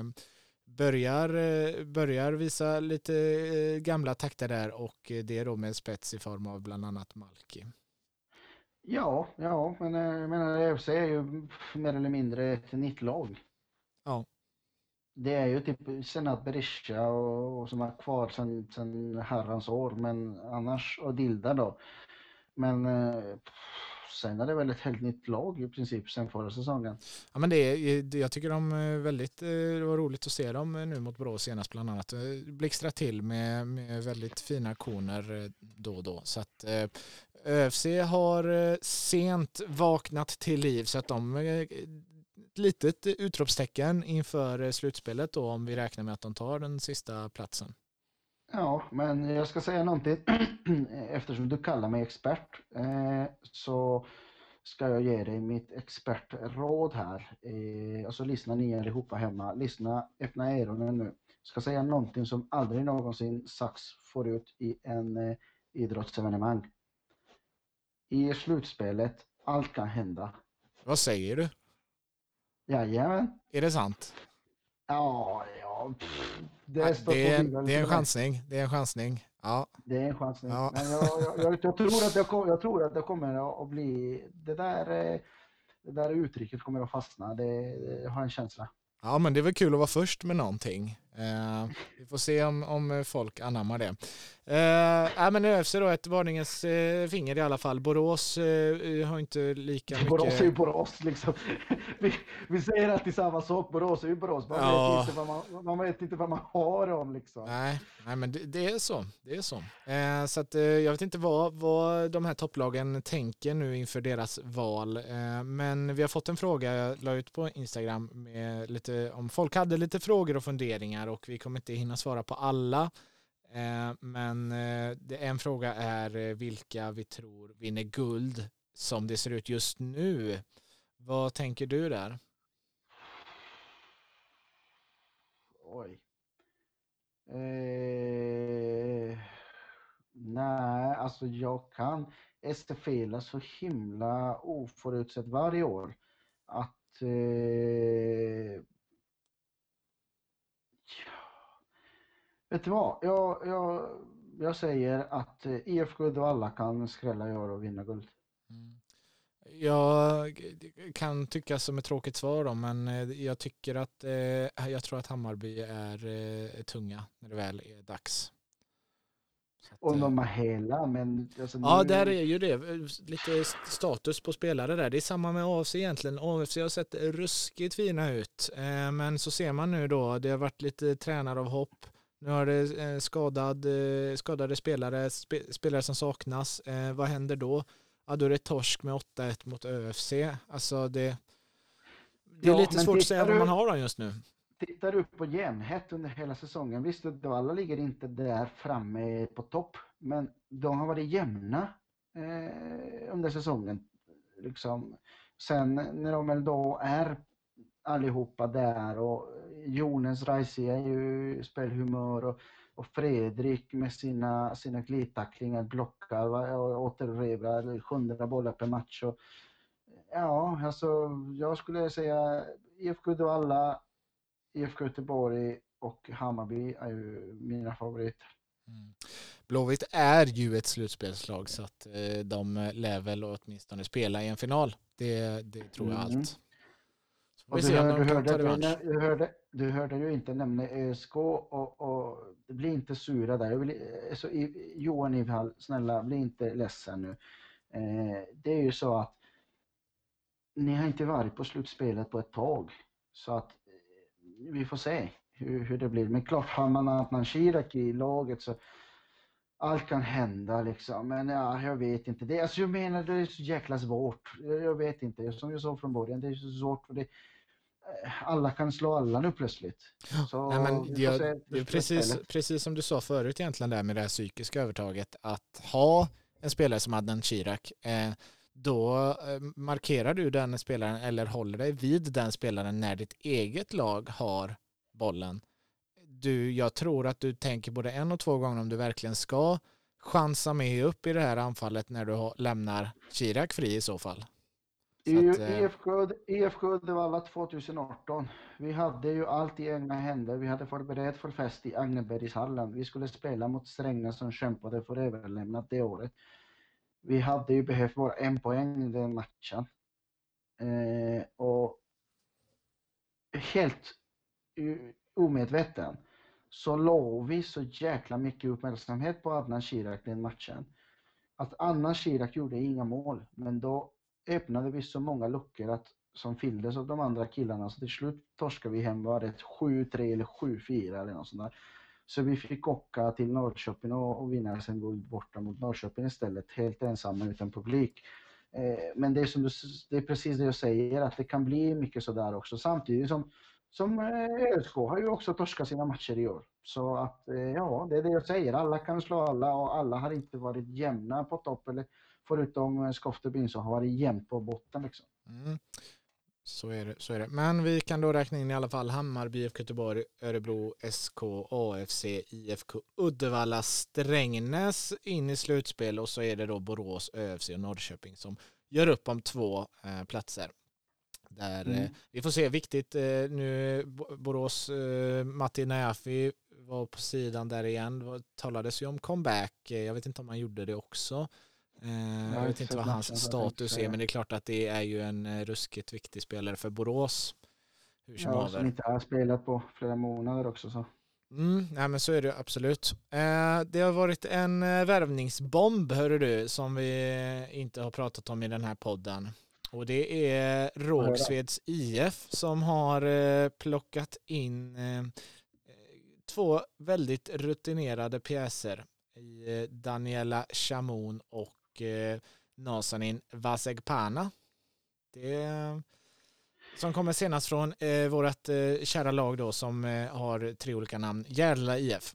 Börjar visa lite gamla takter där, och det är då med spets i form av bland annat Malki. Ja, men jag menar AFC är ju mer eller mindre ett nittlag. Ja. Det är ju typ Senat Berisha och som är kvar sen herrans år, men annars, och Dilda då. Men sen är det väl ett helt nytt lag i princip sen förra säsongen. Ja, men jag tycker de det var roligt att se dem nu mot Borås senast bland annat. Blixtra till med väldigt fina aktioner då och då. Så att ÖFC har sent vaknat till liv, så att de ett litet utropstecken inför slutspelet då, om vi räknar med att de tar den sista platsen. Ja, men jag ska säga någonting. Eftersom du kallar mig expert så ska jag ge dig mitt expertråd här. Alltså lyssna ni allihopa hemma. Lyssna, öppna öronen nu. Jag ska säga någonting som aldrig någonsin sagts förut i en idrottsevenemang. I slutspelet, allt kan hända. Vad säger du? Jajamän. Är det sant? Ja. Det är en chansning. Det är en chansning. Ja. Det är en chansning. Ja. Men jag tror att det kommer att bli det där uttrycket kommer att fastna. Det har en känsla. Ja, men det är väl kul att vara först med någonting. Vi får se om folk anammar det. Men ÖFC då, ett varningens finger i alla fall. Borås har inte lika mycket... Borås är ju Borås liksom. Vi säger alltid samma sak. Borås är ju Borås. Man vet inte vad man har om liksom. Nej, men det är så. Det är så. Så att jag vet inte vad de här topplagen tänker nu inför deras val. Men vi har fått en fråga jag la ut på Instagram med lite, om folk hade lite frågor och funderingar, och vi kommer inte hinna svara på alla. Men en fråga är vilka vi tror vinner guld som det ser ut just nu. Vad tänker du där? Oj. Nej, alltså jag kan estafela så himla oförutsett varje år att vet du vad? Jag säger att IFK Uddevalla kan skrälla i år och vinna guld. Jag kan tycka som ett tråkigt svar då, men jag tycker att jag tror att Hammarby är tunga när det väl är dags. Och de är hela, men alltså ja, där är ju det lite status på spelare där. Det är samma med AFC egentligen. AFC har sett ruskigt fina ut, men så ser man nu då, det har varit lite tränaravhopp. Nu har det skadade spelare som saknas. Vad händer då? Ja, då är det torsk med 8-1 mot ÖFC. Alltså det är lite svårt att säga vad man har just nu. Tittar du på jämnhet under hela säsongen, visst att alla ligger inte där framme på topp, men de har varit jämna under säsongen. Liksom. Sen när de väl då är allihopa där, och Jonas Reisi är ju spelhumör, och Fredrik med sina glidtacklingar, blockar och återerövrar 100 bollar per match. Och, ja, alltså jag skulle säga IFK Uddevalla, IFK Göteborg och Hammarby är ju mina favoriter. Blåvitt är ju ett slutspelslag, så att de lär väl åtminstone spela i en final. Det tror jag allt. Och du hörde ju inte nämna ÖSK, och det blir inte sura där. Johan Ivhall, snälla, bli inte ledsen nu. Det är ju så att ni har inte varit på slutspelet på ett tag. Så att vi får se hur det blir. Men klart, har man Adnan Shirak i laget så allt kan hända liksom. Men ja, jag vet inte. Det, alltså, jag menar, det är så jäkla svårt. Jag vet inte. Som jag sa från början, det är så svårt för det. Alla kan slå alla nu plötsligt. Så Nej, men vi får se det är slutspelet. precis som du sa förut egentligen där med det här psykiska övertaget. Att ha en spelare som Adnan Shirak, då markerar du den spelaren eller håller dig vid den spelaren när ditt eget lag har bollen. Jag tror att du tänker både 1 och 2 gånger om du verkligen ska chansa med upp i det här anfallet när du lämnar Shirak fri i så fall. IFK Uddevalla 2018. Vi hade ju allt i egna händer. Vi hade förberett för fest i Agnebergshallen. Vi skulle spela mot Strängnäs som kämpade för överlämnat det året. Vi hade ju behövt vara 1 poäng i den matchen. Och helt omedveten så låg vi så jäkla mycket uppmärksamhet på Adnan Shirak den matchen. Att Adnan Shirak gjorde inga mål, men då öppnade vi så många luckor som fylldes av de andra killarna, så till slut torskade vi hem, var det 7-3 eller 7-4 eller något sånt där. Så vi fick åka till Norrköping och vinna sen guld borta mot Norrköping istället, helt ensamma utan publik. Men det är precis det jag säger, att det kan bli mycket sådär också, samtidigt som ÖSK har ju också torskat sina matcher i år. Så att ja, det är det jag säger, alla kan slå alla och alla har inte varit jämna på topp, eller förutom Skoftebyn så har varit jämnt på botten liksom. Så är det. Men vi kan då räkna in i alla fall Hammarby, IFK Göteborg, Örebro, SK, AFC, IFK Uddevalla, Strängnäs in i slutspel, och så är det då Borås, ÖFC och Norrköping som gör upp om 2 platser. Där, vi får se, viktigt nu, Borås, Matti Näfi var på sidan där igen. Det talades ju om comeback. Jag vet inte om han gjorde det också. Jag vet inte vad hans status är, men det är klart att det är ju en ruskigt viktig spelare för Borås. Som inte har spelat på flera månader också. Så. Nej, men så är det absolut. Det har varit en värvningsbomb, hörru du, som vi inte har pratat om i den här podden. Och det är Rågsveds IF som har plockat in 2 väldigt rutinerade pjäser i Daniela Chamoun och Nazanin Vasegpana. Det som kommer senast från vårt kära lag då, som har 3 olika namn. Järla IF.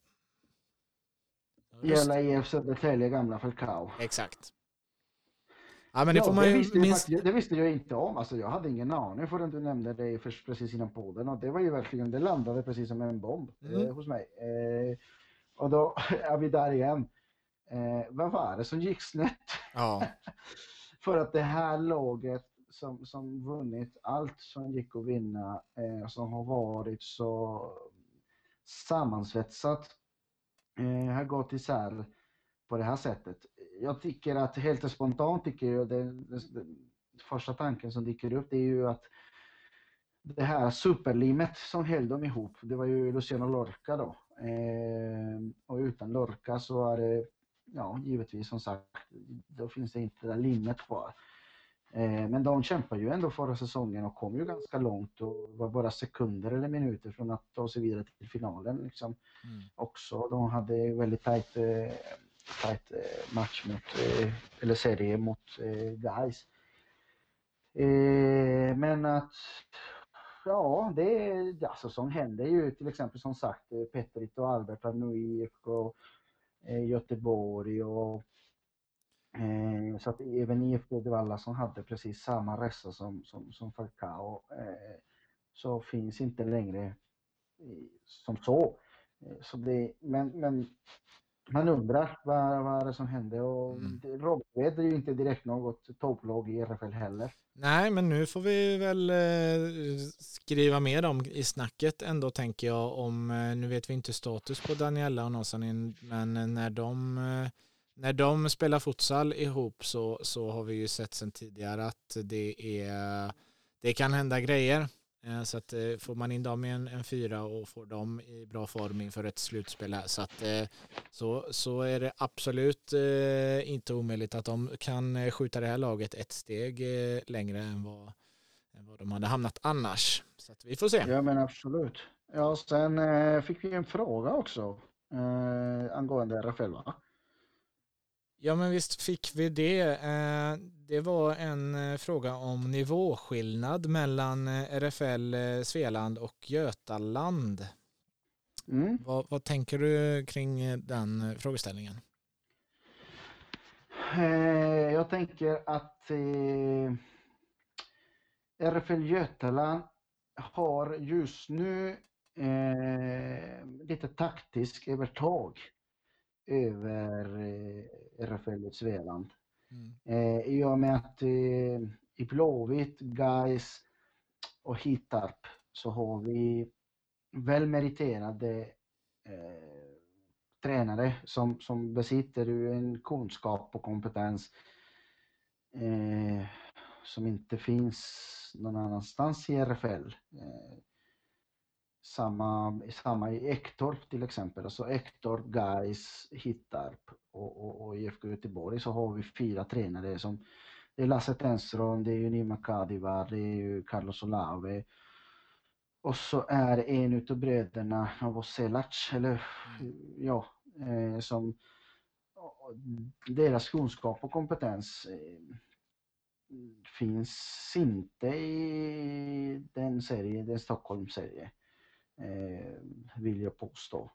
Järla IF, Södertälje, gamla Falcao. Exakt. Ja, men det får man det visste jag inte om. Alltså, jag hade ingen aning förrän du nämnde det precis innan podden. Och det var ju verkligen, det landade precis som en bomb hos mig. Och då är vi där igen. Vad var det som gick snett? Ja. För att det här laget som vunnit allt som gick att vinna, som har varit så sammansvetsat, har gått isär på det här sättet. Jag tycker att helt spontant tycker jag den första tanken som dyker upp, det är ju att det här superlimet som höll dem ihop, det var ju Luciano Lorca då. Och utan Lorca så är det, ja, givetvis som sagt, då finns det inte det där limmet kvar. Men de kämpar ju ändå förra säsongen och kom ju ganska långt och var bara sekunder eller minuter från att ta sig vidare till finalen liksom. Också. De hade väldigt tajt match mot, eller serie mot Gais. Men att ja, det är alltså, som händer ju till exempel som sagt Petrit och Albert har nu i IFK Göteborg och så att även IFK Uddevalla som hade precis samma resa som Falcao så finns inte längre som så. Så det, men man undrar vad är det som hände, och Rågsved är ju inte direkt något topplag i RFL heller. Nej, men nu får vi väl skriva med dem i snacket ändå, tänker jag. Nu vet vi inte status på Daniela och Nazanin, men när de spelar futsal ihop så har vi ju sett sedan tidigare att det kan hända grejer. Så att får man in dem i en 4 och får dem i bra form inför ett slutspel här, så att så är det absolut inte omöjligt att de kan skjuta det här laget ett steg längre än vad de hade hamnat annars. Så att vi får se. Ja, men absolut. Ja, sen fick vi en fråga också angående RFL, va? Ja, men visst fick vi det. Det var en fråga om nivåskillnad mellan RFL Svealand och Götaland. Mm. Vad tänker du kring den frågeställningen? Jag tänker att RFL Götaland har just nu lite taktisk övertag över RFL Svealand. I och med att i Blåvitt, Gais och Hittarp så har vi välmeriterade tränare som besitter en kunskap och kompetens som inte finns någon annanstans i RFL. Samma i Ektorp till exempel. Alltså Ektorp, Gais, Hittarp och IFK Göteborg så har vi 4 tränare som det är Lasse Tenstron, det är ju Nima Kadivar, det är ju Carlos Olave och så är en utav bröderna Novoselac eller ja, som deras kunskap och kompetens finns inte i den Stockholm-serie, vill jag påstå.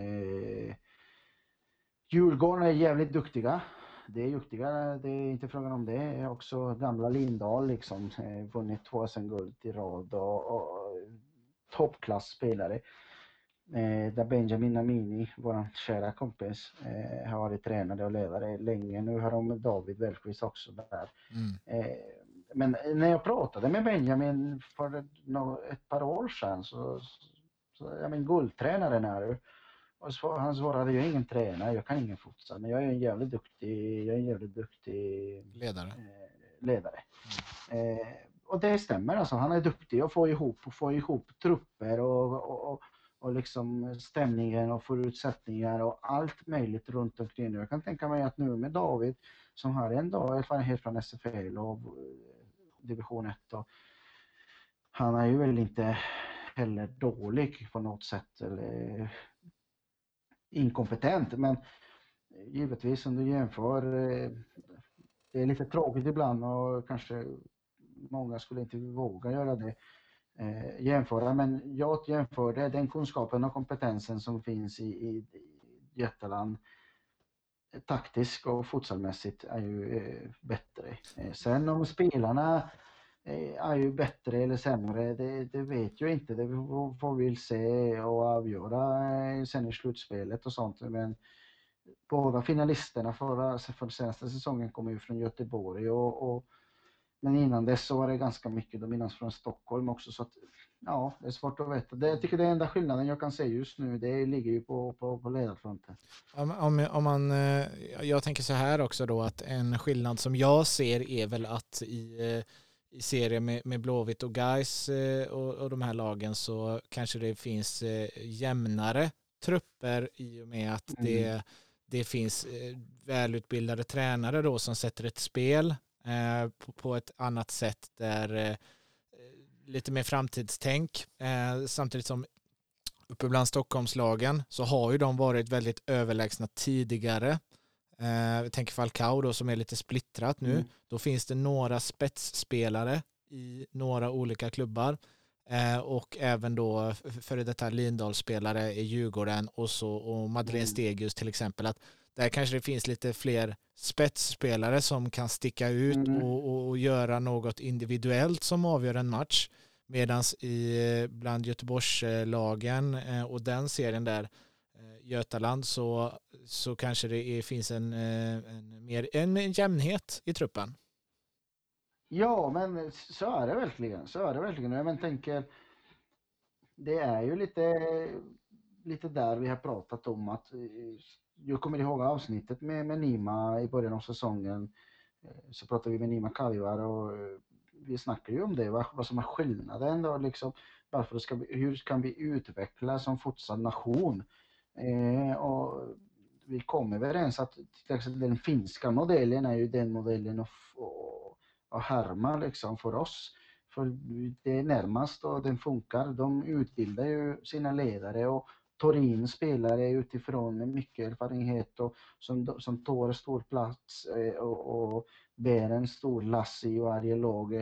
Djurgården är jävligt duktiga. Det är inte frågan om det. Det är också gamla Lindahl liksom, vunnit 2 SM-guld i rad och toppklassspelare. Där Benjamin Amini, vår kära kompis, har varit tränare och ledare länge. Nu har de David Wellqvist också där. Men när jag pratade med Benjamin för ett par år sedan så jag men guldtränaren är du. Och han svarade, jag är ingen tränare, jag kan ingen futsal, men jag är en jävligt duktig ledare. Och det stämmer alltså, han är duktig att få ihop trupper och liksom stämningen och förutsättningar och allt möjligt runt omkring. Jag kan tänka mig att nu med David som har en dag erfarenhet från SFL och division 1 och han är ju väl inte heller dålig på något sätt eller inkompetent, men givetvis om du jämför, det är lite tråkigt ibland och kanske många skulle inte våga göra det, jämföra, men jag jämförde den kunskapen och kompetensen som finns i Götaland taktiskt och futsalmässigt är ju bättre. Sen om spelarna är ju bättre eller sämre, det vet jag inte. Det får vi se och avgöra sen i slutspelet och sånt. Men båda finalisterna för senaste säsongen kommer ju från Göteborg men innan dess så var det ganska mycket dominans från Stockholm också, så att ja, det är svårt att veta. Jag tycker det är enda skillnaden jag kan se just nu, det ligger ju på ledarfronten. Jag tänker så här också då, att en skillnad som jag ser är väl att i serien med Blåvitt och Gais och de här lagen så kanske det finns jämnare trupper i och med att det finns välutbildade tränare då som sätter ett spel på ett annat sätt där lite mer framtidstänk. Samtidigt som uppe bland Stockholmslagen så har ju de varit väldigt överlägsna tidigare. Vi tänker Falcao då som är lite splittrat nu. Då finns det några spetsspelare i några olika klubbar. Och även då före detta Lindahl-spelare i Djurgården och Madeleine Stegius till exempel. Att där kanske det finns lite fler spetsspelare som kan sticka ut och göra något individuellt som avgör en match. Medan bland Göteborgslagen och den serien där Götaland så kanske det finns en jämnhet i truppen. Ja, men så är det verkligen. Jag tänker, det är ju lite där vi har pratat om att jag kommer ihåg avsnittet med Nima i början av säsongen, så pratade vi med Nima Kadivar och vi snackade ju om det, vad som är skillnaden då liksom, hur kan vi utveckla som futsal nation, och vi kom överens att till exempel den finska modellen är ju den modellen att härma liksom för oss. för det är närmast och den funkar. De utbildar ju sina ledare och tar in spelare utifrån med mycket erfarenhet och som tar stor plats och bär en stor lass i varje lag.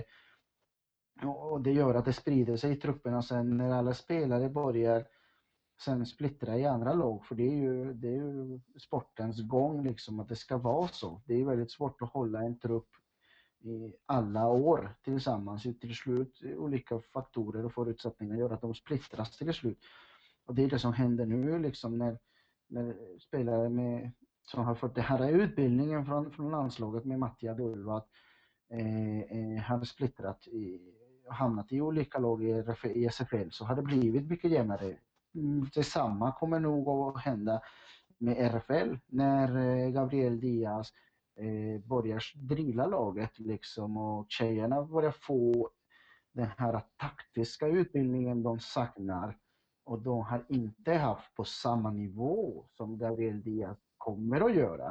Och det gör att det sprider sig i trupperna sen när alla spelare börjar sen splittra i andra lag, för det är ju sportens gång liksom, att det ska vara så. Det är väldigt svårt att hålla en trupp i alla år tillsammans. Till slut olika faktorer och förutsättningar gör att de splittras till slut. Och det är det som händer nu liksom, när spelare som har fått det här utbildningen från landslaget med Matti Adulva har splittrat hamnat i olika lag i SFL, så har det blivit mycket jämnare. Detsamma kommer nog att hända med RFL när Gabriel Diaz börjar drilla laget liksom, och tjejerna börjar få den här taktiska utbildningen de saknar och de har inte haft på samma nivå som Gabriel Diaz kommer att göra.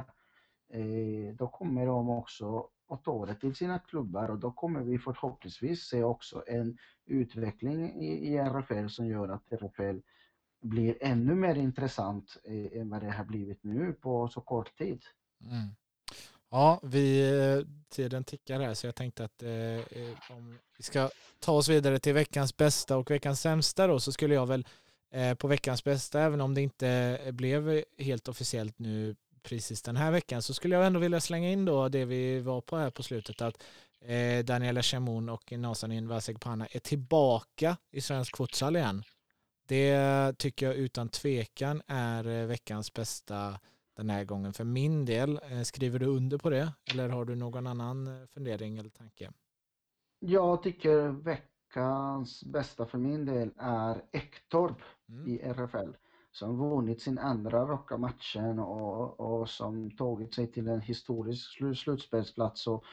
Då kommer de också att ta det till sina klubbar och då kommer vi förhoppningsvis se också en utveckling i RFL som gör att RFL blir ännu mer intressant än vad det har blivit nu på så kort tid. Mm. Ja, tiden tickar här, så jag tänkte att om vi ska ta oss vidare till veckans bästa och veckans sämsta då, så skulle jag väl på veckans bästa, även om det inte blev helt officiellt nu precis den här veckan, så skulle jag ändå vilja slänga in då det vi var på här på slutet, att Daniela Chamoun och Nazanin Vasegpana är tillbaka i svensk futsal igen. Det tycker jag utan tvekan är veckans bästa den här gången för min del. Skriver du under på det? Eller har du någon annan fundering eller tanke? Jag tycker veckans bästa för min del är Ektorp i RFL. Som vunnit sin andra raka matchen och som tagit sig till en historisk slutspelsplats. Och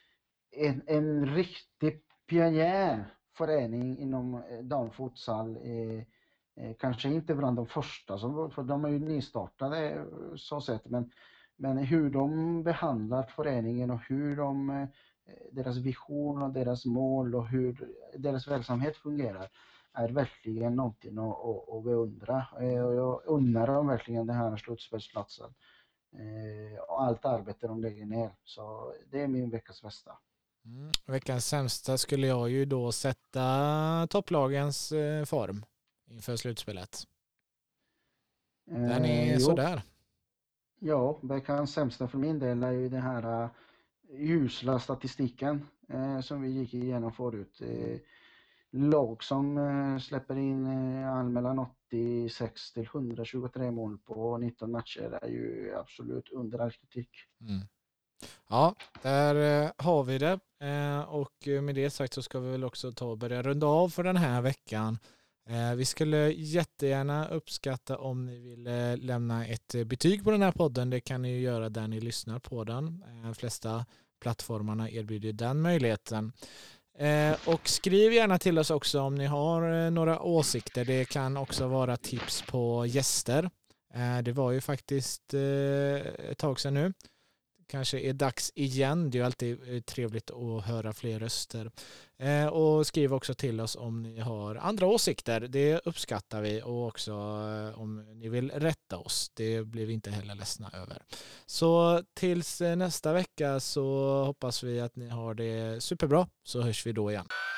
en riktig pionjärförening inom damfutsal. Kanske inte bland de första, för de är ju nystartade så sett, men hur de behandlar föreningen och hur deras vision och deras mål och hur deras verksamhet fungerar är verkligen någonting att beundra. Och jag undrar dem verkligen den här slutspelsplatsen och allt arbete de lägger ner. Så det är min veckas bästa. Veckans sämsta skulle jag ju då sätta topplagens form inför slutspelet. Den är sådär. Ja, veckans sämsta för min del är ju den här usla statistiken som vi gick igenom förut. Lag som släpper in mellan 86 till 123 mål på 19 matcher är ju absolut under all kritik. Ja, där har vi det. Och med det sagt så ska vi väl också börja runda av för den här veckan. Vi skulle jättegärna uppskatta om ni vill lämna ett betyg på den här podden. Det kan ni ju göra där ni lyssnar på den. De flesta plattformarna erbjuder den möjligheten. Och skriv gärna till oss också om ni har några åsikter. Det kan också vara tips på gäster. Det var ju faktiskt ett tag sedan nu. Kanske är dags igen. Det är alltid trevligt att höra fler röster. Och skriv också till oss om ni har andra åsikter. Det uppskattar vi. Och också om ni vill rätta oss. Det blir vi inte heller ledsna över. Så tills nästa vecka så hoppas vi att ni har det superbra. Så hörs vi då igen.